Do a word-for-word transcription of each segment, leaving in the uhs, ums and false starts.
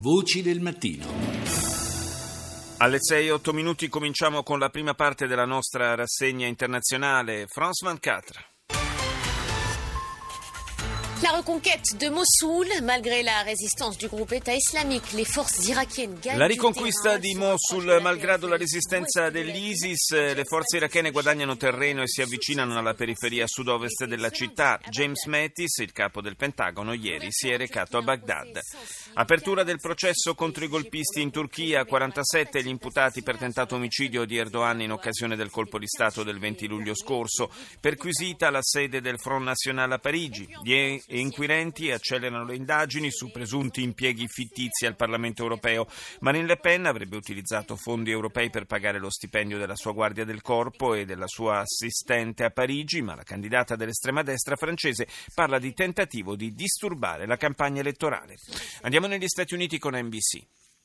Voci del mattino. Alle sei e otto minuti cominciamo con la prima parte della nostra rassegna internazionale. France ventiquattro. La reconquête de Mossoul, malgré la résistance du groupe État islamique, les forces irakiennes gagnent. La riconquista di Mosul, malgrado la resistenza dell'ISIS, le forze irachene guadagnano terreno e si avvicinano alla periferia sud-ovest della città. James Mattis, il capo del Pentagono, ieri si è recato a Baghdad. Apertura del processo contro i golpisti in Turchia, quarantasette gli imputati per tentato omicidio di Erdogan in occasione del colpo di Stato del venti luglio scorso. Perquisita la sede del Front National a Parigi. Gli inquirenti accelerano le indagini su presunti impieghi fittizi al Parlamento europeo. Marine Le Pen avrebbe utilizzato fondi europei per pagare lo stipendio della sua guardia del corpo e della sua assistente a Parigi, ma la candidata dell'estrema destra francese parla di tentativo di disturbare la campagna elettorale. Andiamo negli Stati Uniti con N B C.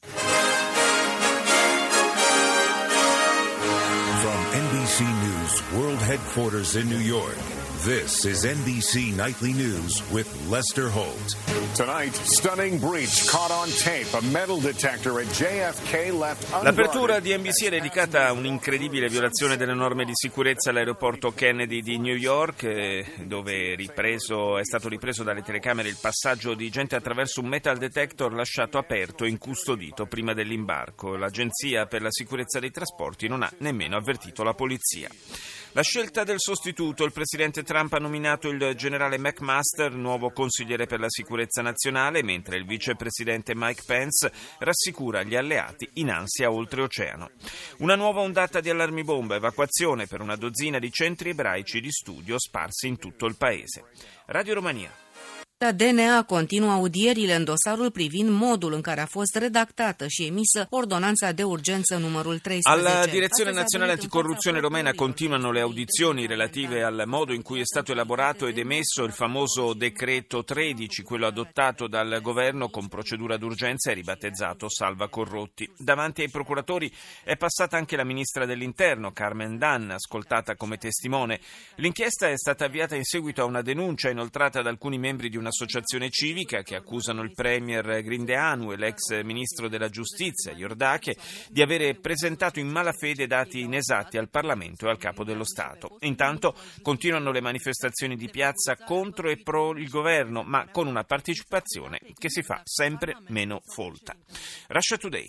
From N B C News World Headquarters in New York, this is N B C Nightly News with Lester Holt. Tonight, stunning breach caught on tape. A metal detector at J F K left unguarded. L'apertura di N B C è dedicata a un'incredibile violazione delle norme di sicurezza all'aeroporto Kennedy di New York, dove ripreso, è stato ripreso dalle telecamere il passaggio di gente attraverso un metal detector lasciato aperto e incustodito prima dell'imbarco. L'Agenzia per la sicurezza dei trasporti non ha nemmeno avvertito la polizia. La scelta del sostituto: il presidente Trump ha nominato il generale McMaster nuovo consigliere per la sicurezza nazionale, mentre il vicepresidente Mike Pence rassicura gli alleati in ansia oltreoceano. Una nuova ondata di allarmi bomba, evacuazione per una dozzina di centri ebraici di studio sparsi in tutto il paese. Radio Romania. D N A continuă audierile în dosarul privind modul în care a fost redactată și emisă ordonanța de urgență numărul treisprezece. Alla Direzione Nazionale Anticorruzione Romena continuano le audizioni relative al modo in cui è stato elaborato ed emesso il famoso decreto tredici, quello adottato dal governo con procedura d'urgenza e ribattezzato Salva Corrotti. Davanti ai procuratori è passata anche la ministra dell'Interno, Carmen Dan, ascoltata come testimone. L'inchiesta è stata avviata in seguito a una denuncia inoltrata da alcuni membri di un'associazione civica che accusano il premier Grindeanu e l'ex ministro della giustizia Iordache di avere presentato in malafede dati inesatti al Parlamento e al Capo dello Stato. Intanto continuano le manifestazioni di piazza contro e pro il governo, ma con una partecipazione che si fa sempre meno folta. Russia Today.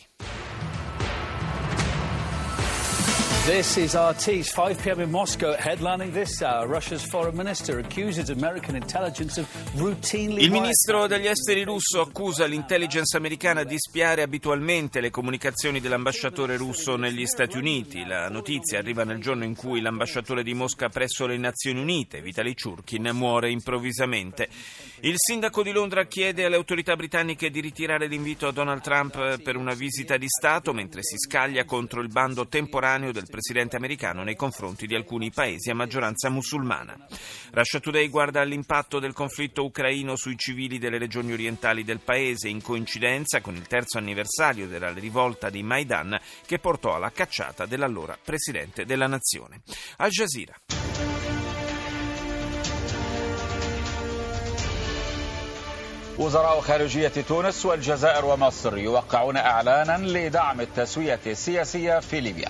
This is R T's five p.m. in Moscow. Headlining this hour, Russia's foreign minister accuses American intelligence of routinely... Il ministro degli esteri russo accusa l'intelligence americana di spiare abitualmente le comunicazioni dell'ambasciatore russo negli Stati Uniti. La notizia arriva nel giorno in cui l'ambasciatore di Mosca presso le Nazioni Unite, Vitaly Churkin, muore improvvisamente. Il sindaco di Londra chiede alle autorità britanniche di ritirare l'invito a Donald Trump per una visita di Stato, mentre si scaglia contro il bando temporaneo del presidente americano nei confronti di alcuni paesi a maggioranza musulmana. Russia Today guarda all'impatto del conflitto ucraino sui civili delle regioni orientali del paese, in coincidenza con il terzo anniversario della rivolta di Maidan che portò alla cacciata dell'allora presidente della nazione. Al Jazeera. وزراء خارجية تونس والجزائر ومصر يوقعون إعلانا لدعم التسوية السياسية في ليبيا.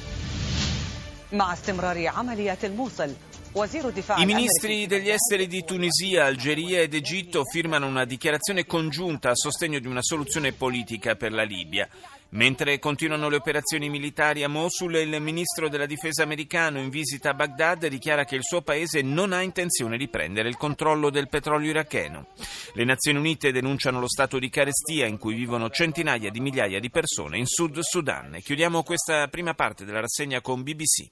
مع استمرار عمليات الموصل. I ministri degli esteri di Tunisia, Algeria ed Egitto firmano una dichiarazione congiunta a sostegno di una soluzione politica per la Libia. Mentre continuano le operazioni militari a Mosul, il ministro della difesa americano in visita a Baghdad dichiara che il suo paese non ha intenzione di prendere il controllo del petrolio iracheno. Le Nazioni Unite denunciano lo stato di carestia in cui vivono centinaia di migliaia di persone in Sud Sudan. Chiudiamo questa prima parte della rassegna con B B C.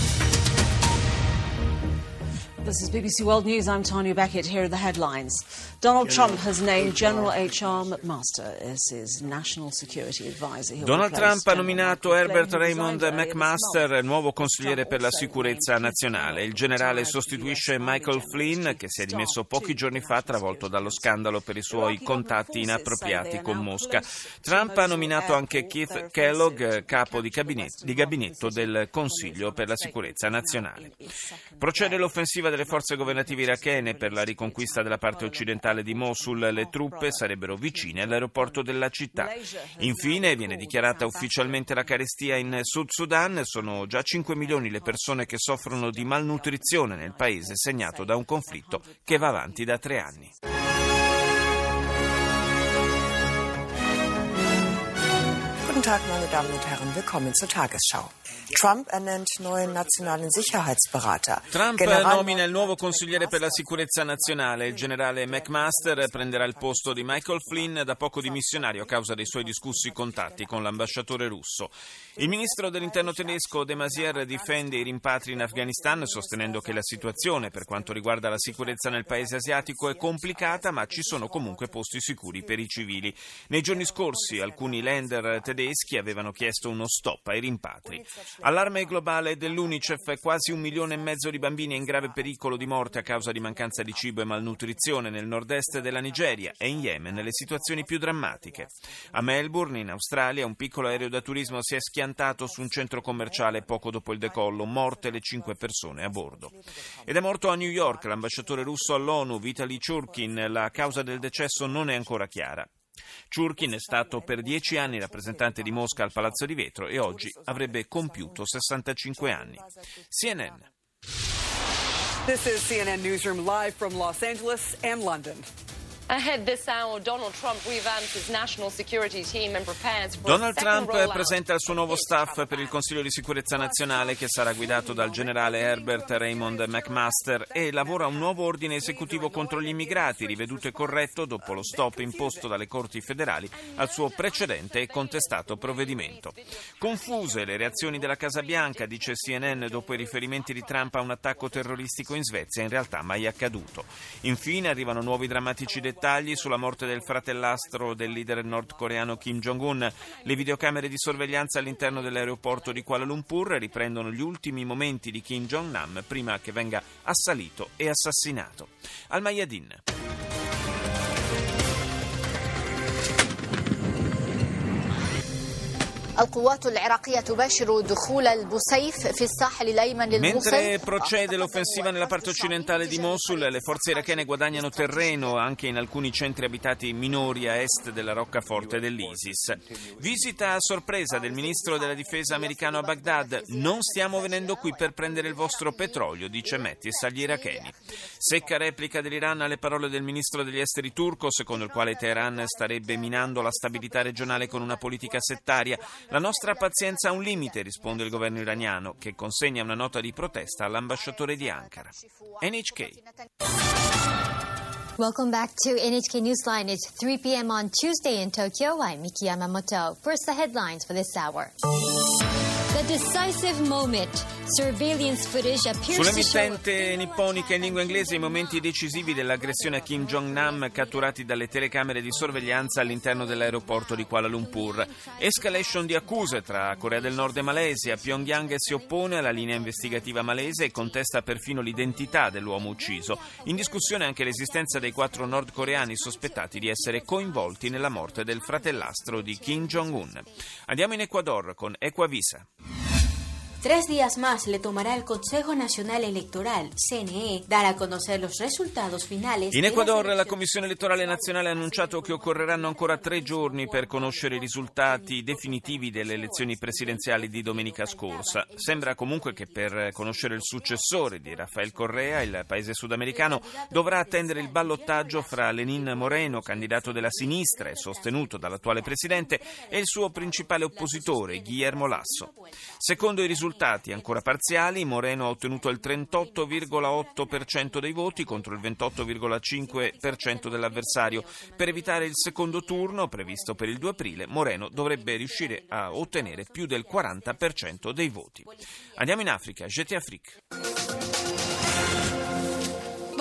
This is B B C World News. I'm Tanya Beckett. Here are the headlines. Donald Trump has named General H R McMaster as his national security advisor. Donald Trump ha nominato Herbert Raymond McMaster nuovo consigliere per la sicurezza nazionale. Il generale sostituisce Michael Flynn, che si è dimesso pochi giorni fa travolto dallo scandalo per i suoi contatti inappropriati con Mosca. Trump ha nominato anche Keith Kellogg, capo di gabinetto, di gabinetto del Consiglio per la sicurezza nazionale. Procede l'offensiva delle forze governative irachene per la riconquista della parte occidentale di Mosul. Le truppe sarebbero vicine all'aeroporto della città. Infine viene dichiarata ufficialmente la carestia in Sud Sudan. Sono già cinque milioni le persone che soffrono di malnutrizione nel paese segnato da un conflitto che va avanti da tre anni. Guten Tag, meine Damen und Herren, willkommen zur Tagesschau. Trump ernennt neuen nationalen Sicherheitsberater. Trump General nomina il nuovo consigliere per la sicurezza nazionale. Il generale McMaster prenderà il posto di Michael Flynn, da poco dimissionario a causa dei suoi discussi contatti con l'ambasciatore russo. Il ministro dell'interno tedesco De Maizière difende i rimpatri in Afghanistan, sostenendo che la situazione per quanto riguarda la sicurezza nel paese asiatico è complicata, ma ci sono comunque posti sicuri per i civili. Nei giorni scorsi alcuni Länder tedeschi avevano chiesto uno stop ai rimpatri. Allarme globale dell'UNICEF: quasi un milione e mezzo di bambini è in grave pericolo di morte a causa di mancanza di cibo e malnutrizione nel nord-est della Nigeria e in Yemen, nelle situazioni più drammatiche. A Melbourne, in Australia, un piccolo aereo da turismo si è schiantato su un centro commerciale poco dopo il decollo, morte le cinque persone a bordo. Ed è morto a New York l'ambasciatore russo all'ONU, Vitaly Churkin. La causa del decesso non è ancora chiara. Churkin è stato per dieci anni rappresentante di Mosca al Palazzo di Vetro e oggi avrebbe compiuto sessantacinque anni. C N N. This is C N N Newsroom live from Los Angeles and London. Ahead this hour, Donald Trump revamps his national security team and prepares for Donald a second Trump rollout. presenta il suo nuovo staff per il Consiglio di sicurezza nazionale, che sarà guidato dal generale Herbert Raymond McMaster, e lavora un nuovo ordine esecutivo contro gli immigrati, riveduto e corretto dopo lo stop imposto dalle corti federali al suo precedente e contestato provvedimento. Confuse le reazioni della Casa Bianca, dice C N N, dopo i riferimenti di Trump a un attacco terroristico in Svezia, in realtà mai accaduto. Infine arrivano nuovi drammatici dettagli sulla morte del fratellastro del leader nordcoreano Kim Jong-un. Le videocamere di sorveglianza all'interno dell'aeroporto di Kuala Lumpur riprendono gli ultimi momenti di Kim Jong-nam prima che venga assalito e assassinato. Al Mayadin. القوات العراقية تباشر دخول البسيف في الساحل الأيمن للموصل. Mentre procede l'offensiva nella parte occidentale di Mosul, le forze irachene guadagnano terreno anche in alcuni centri abitati minori a est della roccaforte dell'ISIS. Visita a sorpresa del ministro della difesa americano a Baghdad. Non stiamo venendo qui per prendere il vostro petrolio, dice Mattis agli iracheni. Secca replica dell'Iran alle parole del ministro degli esteri turco, secondo il quale Teheran starebbe minando la stabilità regionale con una politica settaria. La nostra pazienza ha un limite, risponde il governo iraniano, che consegna una nota di protesta all'ambasciatore di Ankara. N H K. Welcome back to N H K Newsline. It's three p.m. on Tuesday in Tokyo. I'm Miki Yamamoto. First, the headlines for this hour. The decisive moment. Surveillance footage appears Sull'emittente nipponica in lingua inglese, i momenti decisivi dell'aggressione a Kim Jong-nam catturati dalle telecamere di sorveglianza all'interno dell'aeroporto di Kuala Lumpur. Escalation di accuse tra Corea del Nord e Malesia. Pyongyang si oppone alla linea investigativa malese e contesta perfino l'identità dell'uomo ucciso. In discussione anche l'esistenza dei quattro nordcoreani sospettati di essere coinvolti nella morte del fratellastro di Kim Jong-un. Andiamo in Ecuador con Ecuavisa. Tres días más le tomará el Consejo Nacional Electoral, C N E, dar a conocer los resultados finales. In Ecuador la Commissione Elettorale Nazionale ha annunciato che occorreranno ancora tre giorni per conoscere i risultati definitivi delle elezioni presidenziali di domenica scorsa. Sembra comunque che per conoscere il successore di Rafael Correa, il paese sudamericano dovrà attendere il ballottaggio fra Lenín Moreno, candidato della sinistra e sostenuto dall'attuale presidente, e il suo principale oppositore, Guillermo Lasso. Secondo i risultati ancora parziali, Moreno ha ottenuto il trentotto virgola otto per cento dei voti contro il ventotto virgola cinque per cento dell'avversario. Per evitare il secondo turno, previsto per il due aprile, Moreno dovrebbe riuscire a ottenere più del quaranta per cento dei voti. Andiamo in Africa, J T Afrique.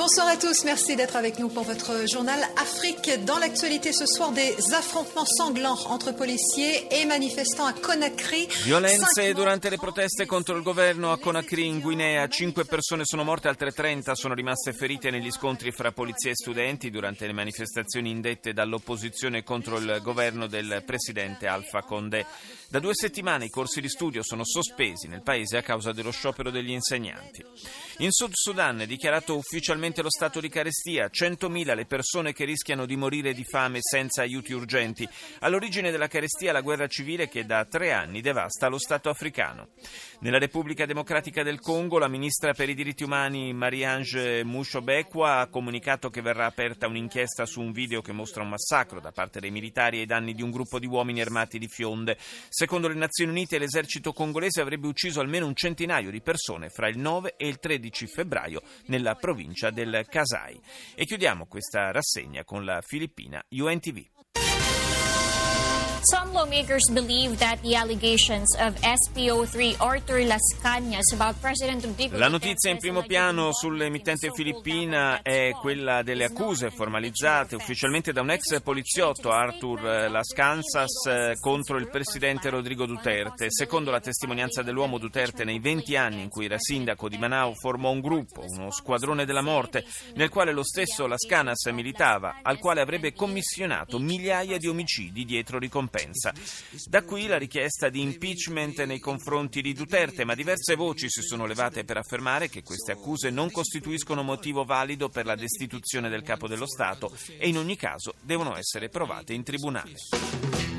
Bonsoir à tous, merci d'être avec nous pour votre journal Afrique. Dans l'actualité ce soir, des affrontements sanglants entre policiers e manifestants a Conakry. Violenze durante le proteste contro il governo a Conakry in Guinea. Cinque persone sono morte, altre trenta sono rimaste ferite negli scontri fra polizia e studenti durante le manifestazioni indette dall'opposizione contro il governo del presidente Alpha Condé. Da due settimane i corsi di studio sono sospesi nel paese a causa dello sciopero degli insegnanti. In Sud Sudan è dichiarato ufficialmente lo stato di carestia, centomila le persone che rischiano di morire di fame senza aiuti urgenti. All'origine della carestia la guerra civile che da tre anni devasta lo Stato africano. Nella Repubblica Democratica del Congo la ministra per i diritti umani Marie-Ange Mushobekwa ha comunicato che verrà aperta un'inchiesta su un video che mostra un massacro da parte dei militari ai danni di un gruppo di uomini armati di fionde. Secondo le Nazioni Unite l'esercito congolese avrebbe ucciso almeno un centinaio di persone fra il nove e il tredici febbraio nella provincia del Kasai. E chiudiamo questa rassegna con la filippina U N T V. Some lawmakers believe that the allegations of S P O three Arthur Las Cañas about President Rodrigo La notizia in primo piano sull'emittente filippina è quella delle accuse formalizzate ufficialmente da un ex poliziotto, Arthur Las Cañas, contro il presidente Rodrigo Duterte. Secondo la testimonianza dell'uomo, Duterte nei venti anni in cui era sindaco di Manao formò un gruppo, uno squadrone della morte, nel quale lo stesso Las Cañas militava, al quale avrebbe commissionato migliaia di omicidi dietro ricompensa. Da qui la richiesta di impeachment nei confronti di Duterte, ma diverse voci si sono levate per affermare che queste accuse non costituiscono motivo valido per la destituzione del capo dello Stato e in ogni caso devono essere provate in tribunale.